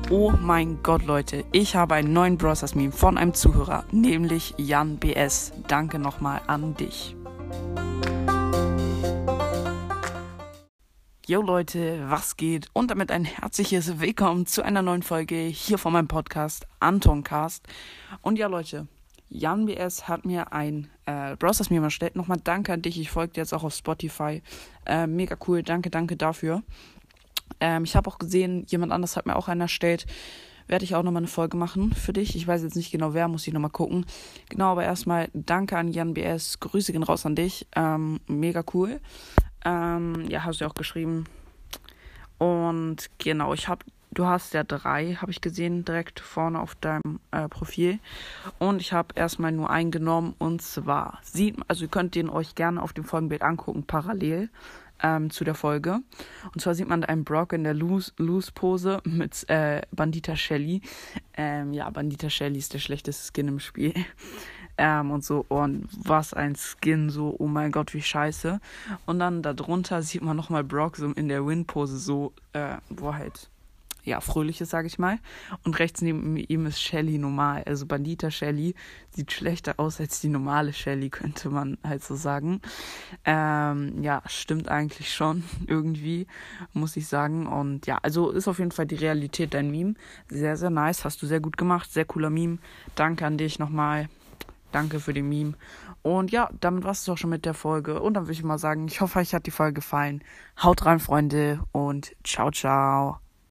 Oh mein Gott, Leute, ich habe einen neuen Brawl Stars Meme von einem Zuhörer, nämlich Jan BS. Danke nochmal an dich. Yo Leute, was geht? Und damit ein herzliches Willkommen zu einer neuen Folge hier von meinem Podcast Antoncast. Und ja Leute, Jan BS hat mir ein Brawl Stars Meme erstellt. Nochmal danke an dich, ich folge dir jetzt auch auf Spotify. Mega cool, danke dafür. Ich habe auch gesehen, jemand anderes hat mir auch einen erstellt. Werde ich auch nochmal eine Folge machen für dich. Ich weiß jetzt nicht genau wer, muss ich nochmal gucken. Genau, aber erstmal danke an Jan BS. Grüße gehen raus an dich. Mega cool. Ja, hast du ja auch geschrieben. Und genau, du hast ja 3, habe ich gesehen, direkt vorne auf deinem Profil. Und ich habe erstmal nur einen genommen. Und zwar, ihr könnt den euch gerne auf dem Folgenbild angucken, parallel zu der Folge. Und zwar sieht man einen Brock in der Loose-Pose mit Bandita Shelly. Bandita Shelly ist der schlechteste Skin im Spiel. Und so, und was ein Skin, so, oh mein Gott, wie scheiße. Und dann darunter sieht man nochmal Brock so in der Win-Pose, so, wo halt, ja, fröhlich ist, sage ich mal. Und rechts neben ihm ist Shelly normal. Also Bandita Shelly sieht schlechter aus als die normale Shelly, könnte man halt so sagen. Ja, stimmt eigentlich schon irgendwie, muss ich sagen. Und ja, also ist auf jeden Fall die Realität dein Meme. Sehr, sehr nice. Hast du sehr gut gemacht. Sehr cooler Meme. Danke an dich nochmal. Danke für den Meme. Und ja, damit war es auch schon mit der Folge. Und dann würde ich mal sagen, ich hoffe, euch hat die Folge gefallen. Haut rein, Freunde. Und ciao, ciao.